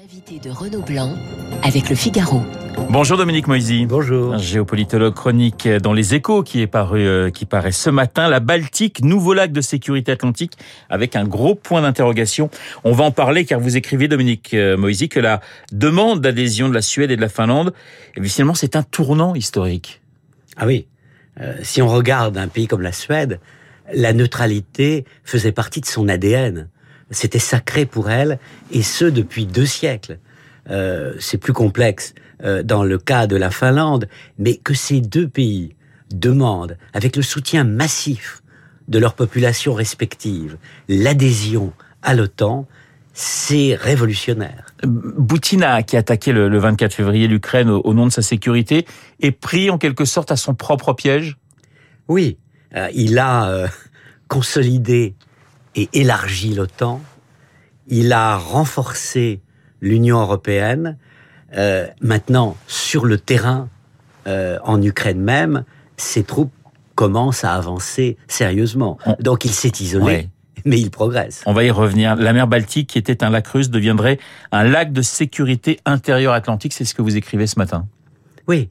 L'invité de Renaud Blanc avec Le Figaro. Bonjour Dominique Moisy. Bonjour. Un géopolitologue chronique dans Les Échos qui paraît ce matin. La Baltique, nouveau lac de sécurité atlantique avec un gros point d'interrogation. On va en parler car vous écrivez, Dominique Moisy, que la demande d'adhésion de la Suède et de la Finlande, finalement, c'est un tournant historique. Ah oui. Si on regarde un pays comme la Suède, la neutralité faisait partie de son ADN. C'était sacré pour elle, et ce depuis 2 siècles. C'est plus complexe dans le cas de la Finlande, mais que ces 2 pays demandent, avec le soutien massif de leurs populations respectives, l'adhésion à l'OTAN, c'est révolutionnaire. Poutine, qui a attaqué le 24 février l'Ukraine au nom de sa sécurité, est pris en quelque sorte à son propre piège ? Oui, il a consolidé et élargi l'OTAN, il a renforcé l'Union européenne. Maintenant, sur le terrain, en Ukraine même, ses troupes commencent à avancer sérieusement. Donc il s'est isolé, mais il progresse. On va y revenir. La mer Baltique, qui était un lac russe, deviendrait un lac de sécurité intérieure atlantique. C'est ce que vous écrivez ce matin. Oui.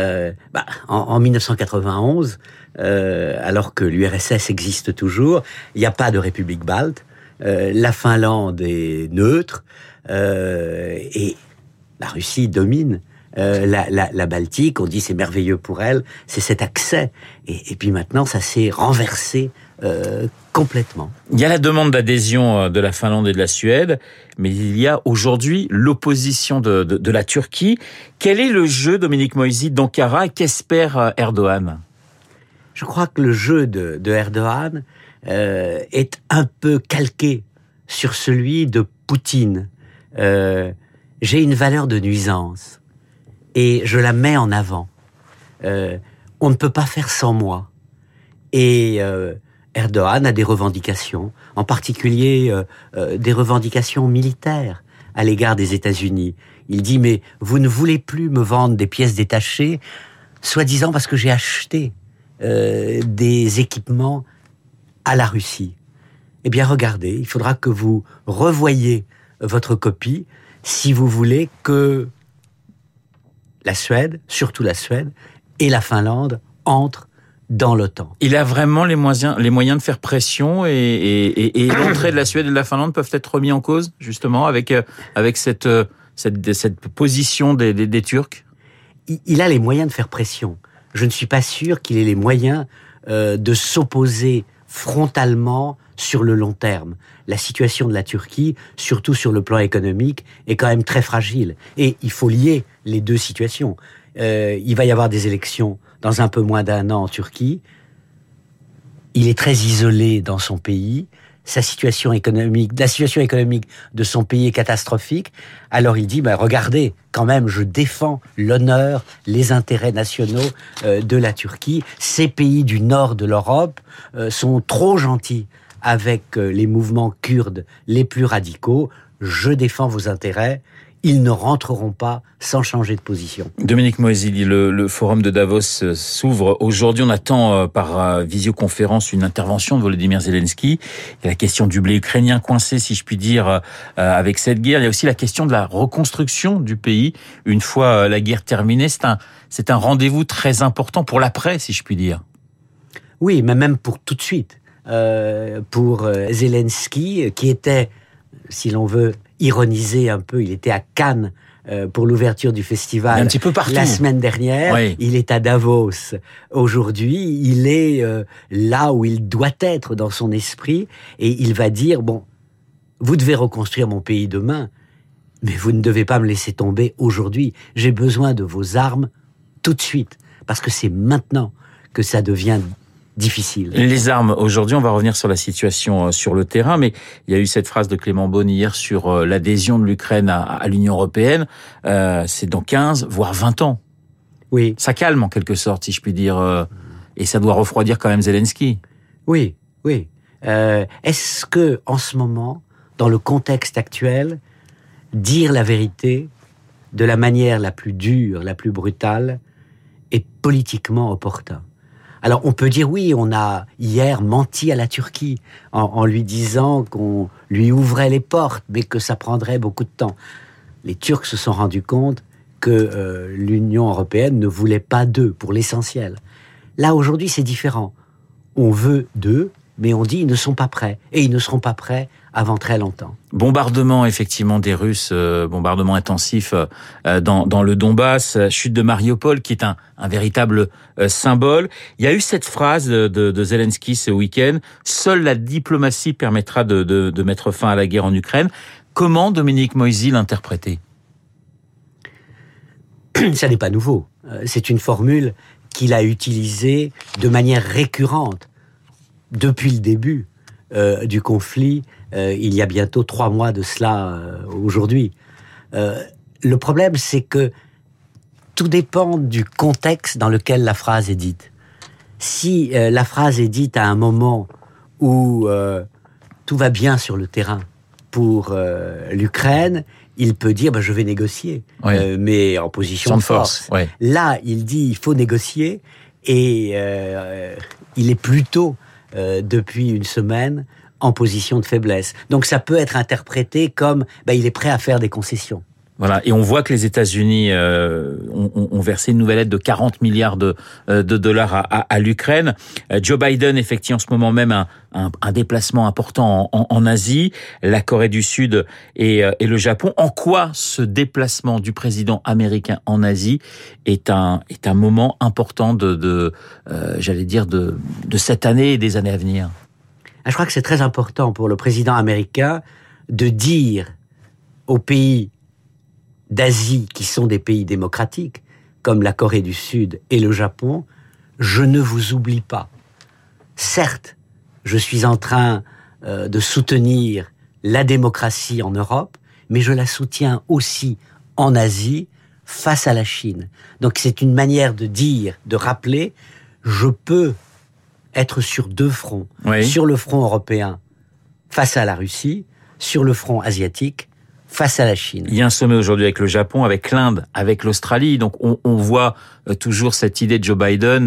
En 1991, alors que l'URSS existe toujours, il n'y a pas de république balte. La Finlande est neutre et la Russie domine la Baltique. On dit c'est merveilleux pour elle, c'est cet accès. Et puis maintenant, ça s'est renversé complètement. Il y a la demande d'adhésion de la Finlande et de la Suède, mais il y a aujourd'hui l'opposition de la Turquie. Quel est le jeu, Dominique Moisy, d'Ankara et qu'espère Erdogan ? Je crois que le jeu de Erdogan est un peu calqué sur celui de Poutine. J'ai une valeur de nuisance et je la mets en avant. On ne peut pas faire sans moi. Et Erdogan a des revendications, en particulier des revendications militaires à l'égard des États-Unis. Il dit, mais vous ne voulez plus me vendre des pièces détachées, soi-disant parce que j'ai acheté des équipements à la Russie. Eh bien, regardez, il faudra que vous revoyiez votre copie si vous voulez que la Suède, surtout la Suède, et la Finlande entrent dans l'OTAN. Il a vraiment les moyens de faire pression et l'entrée de la Suède et de la Finlande peuvent être remis en cause, justement, avec cette position des Turcs. Il a les moyens de faire pression. Je ne suis pas sûr qu'il ait les moyens de s'opposer frontalement sur le long terme. La situation de la Turquie, surtout sur le plan économique, est quand même très fragile. Et il faut lier les 2 situations. Il va y avoir des élections dans un peu moins d'1 an en Turquie. Il est très isolé dans son pays. La situation économique de son pays est catastrophique. Alors il dit, regardez, quand même, je défends l'honneur, les intérêts nationaux de la Turquie. Ces pays du nord de l'Europe sont trop gentils avec les mouvements kurdes les plus radicaux. Je défends vos intérêts. Ils ne rentreront pas sans changer de position. Dominique Moisy, le forum de Davos s'ouvre aujourd'hui. On attend par visioconférence une intervention de Volodymyr Zelensky. Il y a la question du blé ukrainien coincé, si je puis dire, avec cette guerre. Il y a aussi la question de la reconstruction du pays une fois la guerre terminée. C'est un rendez-vous très important pour l'après, si je puis dire. Oui, mais même pour tout de suite. Pour Zelensky, qui était, si l'on veut ironiser un peu, il était à Cannes pour l'ouverture du festival un petit peu partout. La semaine dernière. Oui. Il est à Davos aujourd'hui. Il est là où il doit être dans son esprit et il va dire, vous devez reconstruire mon pays demain, mais vous ne devez pas me laisser tomber aujourd'hui. J'ai besoin de vos armes tout de suite, parce que c'est maintenant que ça devient difficile. Les armes, aujourd'hui, on va revenir sur la situation sur le terrain, mais il y a eu cette phrase de Clément Beaune hier sur l'adhésion de l'Ukraine à l'Union européenne. C'est dans 15, voire 20 ans. Oui. Ça calme en quelque sorte, si je puis dire, et ça doit refroidir quand même Zelensky. Oui. Est-ce que, en ce moment, dans le contexte actuel, dire la vérité de la manière la plus dure, la plus brutale, est politiquement opportun? Alors on peut dire oui, on a hier menti à la Turquie en lui disant qu'on lui ouvrait les portes, mais que ça prendrait beaucoup de temps. les Turcs se sont rendus compte que l'Union européenne ne voulait pas d'eux, pour l'essentiel. Là, aujourd'hui, c'est différent. On veut d'eux, mais on dit ils ne sont pas prêts. Et ils ne seront pas prêts avant très longtemps. Bombardement, effectivement, des Russes, bombardement intensif dans le Donbass, chute de Mariupol, qui est un véritable symbole. Il y a eu cette phrase de Zelensky ce week-end, « Seule la diplomatie permettra de mettre fin à la guerre en Ukraine ». Comment Dominique Moisy l'interprétait ? Ça n'est pas nouveau. C'est une formule qu'il a utilisée de manière récurrente depuis le début du conflit, il y a bientôt 3 mois de cela aujourd'hui. Le problème, c'est que tout dépend du contexte dans lequel la phrase est dite. Si la phrase est dite à un moment où tout va bien sur le terrain pour l'Ukraine, il peut dire je vais négocier, oui. Mais en position de force. Oui. Là, il dit il faut négocier et il est plutôt depuis une semaine en position de faiblesse. Donc ça peut être interprété comme il est prêt à faire des concessions. Voilà, et on voit que les États-Unis ont versé une nouvelle aide de 40 milliards de dollars à l'Ukraine. Joe Biden effectue en ce moment même un déplacement important en Asie, la Corée du Sud et le Japon. En quoi ce déplacement du président américain en Asie est un moment important de cette année et des années à venir? Je crois que c'est très important pour le président américain de dire aux pays d'Asie, qui sont des pays démocratiques, comme la Corée du Sud et le Japon, je ne vous oublie pas. Certes, je suis en train de soutenir la démocratie en Europe, mais je la soutiens aussi en Asie face à la Chine. Donc c'est une manière de dire, de rappeler, je peux être sur 2 fronts. Oui. Sur le front européen, face à la Russie, sur le front asiatique, face à la Chine. Il y a un sommet aujourd'hui avec le Japon, avec l'Inde, avec l'Australie. Donc on voit toujours cette idée de Joe Biden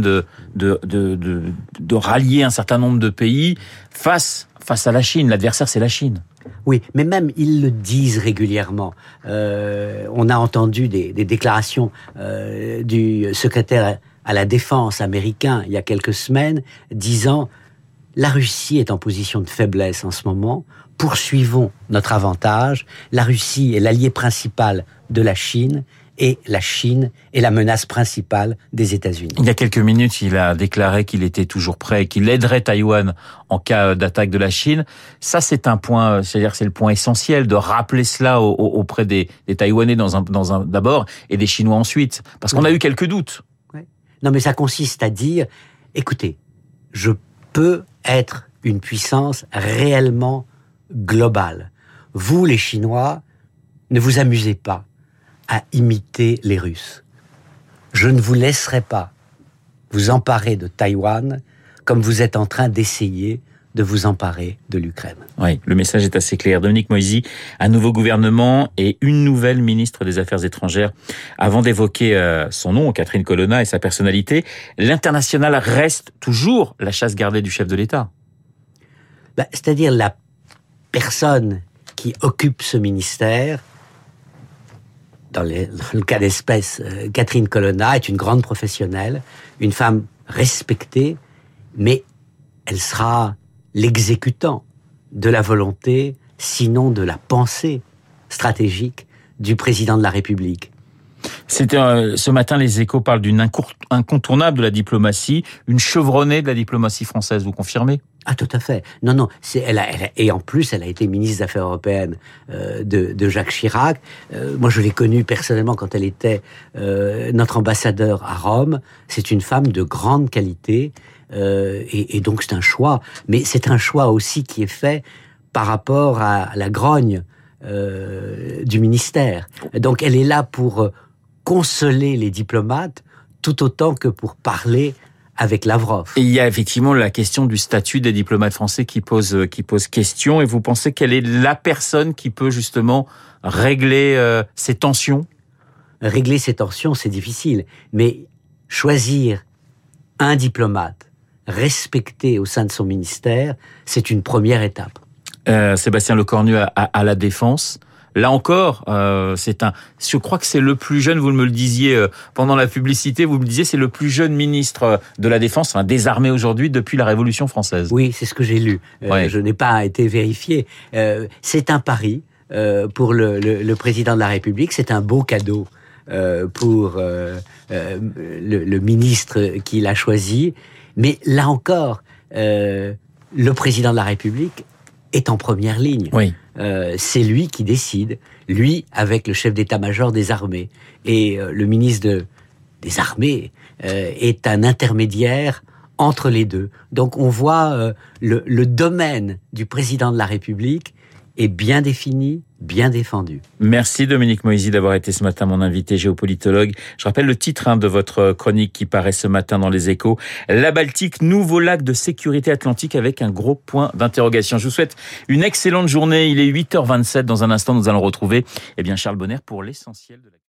de rallier un certain nombre de pays face à la Chine. L'adversaire, c'est la Chine. Oui, mais même ils le disent régulièrement. On a entendu des déclarations du secrétaire à la défense américain il y a quelques semaines disant « La Russie est en position de faiblesse en ce moment. Poursuivons notre avantage. La Russie est l'allié principal de la Chine et la Chine est la menace principale des États-Unis. » Il y a quelques minutes, il a déclaré qu'il était toujours prêt et qu'il aiderait Taïwan en cas d'attaque de la Chine. Ça, c'est un point, c'est-à-dire c'est le point essentiel de rappeler cela auprès des Taïwanais d'abord et des Chinois ensuite, parce qu'on a eu quelques doutes. Oui. Non, mais ça consiste à dire, écoutez, je peux être une puissance réellement globale. Vous, les Chinois, ne vous amusez pas à imiter les Russes. Je ne vous laisserai pas vous emparer de Taïwan comme vous êtes en train d'essayer de vous emparer de l'Ukraine. Oui, le message est assez clair. Dominique Moisy, un nouveau gouvernement et une nouvelle ministre des Affaires étrangères. Avant d'évoquer son nom, Catherine Colonna, et sa personnalité, l'international reste toujours la chasse gardée du chef de l'État. C'est-à-dire la personne qui occupe ce ministère, dans le cas d'espèce, Catherine Colonna est une grande professionnelle, une femme respectée, mais elle sera l'exécutant de la volonté, sinon de la pensée stratégique du président de la République. Ce matin, les Échos parlent d'une incontournable de la diplomatie, une chevronnée de la diplomatie française, vous confirmez ? Ah, tout à fait. Non, et en plus, elle a été ministre des Affaires européennes de Jacques Chirac. Moi, je l'ai connue personnellement quand elle était notre ambassadeur à Rome. C'est une femme de grande qualité, et donc c'est un choix. Mais c'est un choix aussi qui est fait par rapport à la grogne du ministère. Donc, elle est là pour consoler les diplomates tout autant que pour parler avec Lavrov. Et il y a effectivement la question du statut des diplomates français qui pose question. Et vous pensez qu'elle est la personne qui peut justement régler ces tensions ? Régler ces tensions, c'est difficile. Mais choisir un diplomate respecté au sein de son ministère, c'est une première étape. Sébastien Lecornu à la Défense. Là encore, je crois que c'est le plus jeune, vous me le disiez pendant la publicité, vous me disiez c'est le plus jeune ministre de la Défense, des armées aujourd'hui depuis la Révolution française. Oui, c'est ce que j'ai lu. Ouais. Je n'ai pas été vérifié. C'est un pari pour le président de la République, c'est un beau cadeau pour le ministre qu'il a choisi. Mais là encore, le président de la République est en première ligne. Oui. C'est lui qui décide, lui avec le chef d'état-major des armées. Et le ministre des armées est un intermédiaire entre les deux. Donc on voit le domaine du président de la République est bien défini, bien défendu. Merci Dominique Moïsi d'avoir été ce matin mon invité géopolitologue. Je rappelle le titre de votre chronique qui paraît ce matin dans les Échos. La Baltique, nouveau lac de sécurité atlantique avec un gros point d'interrogation. Je vous souhaite une excellente journée. Il est 8h27. Dans un instant, nous allons retrouver Charles Bonner pour l'essentiel de la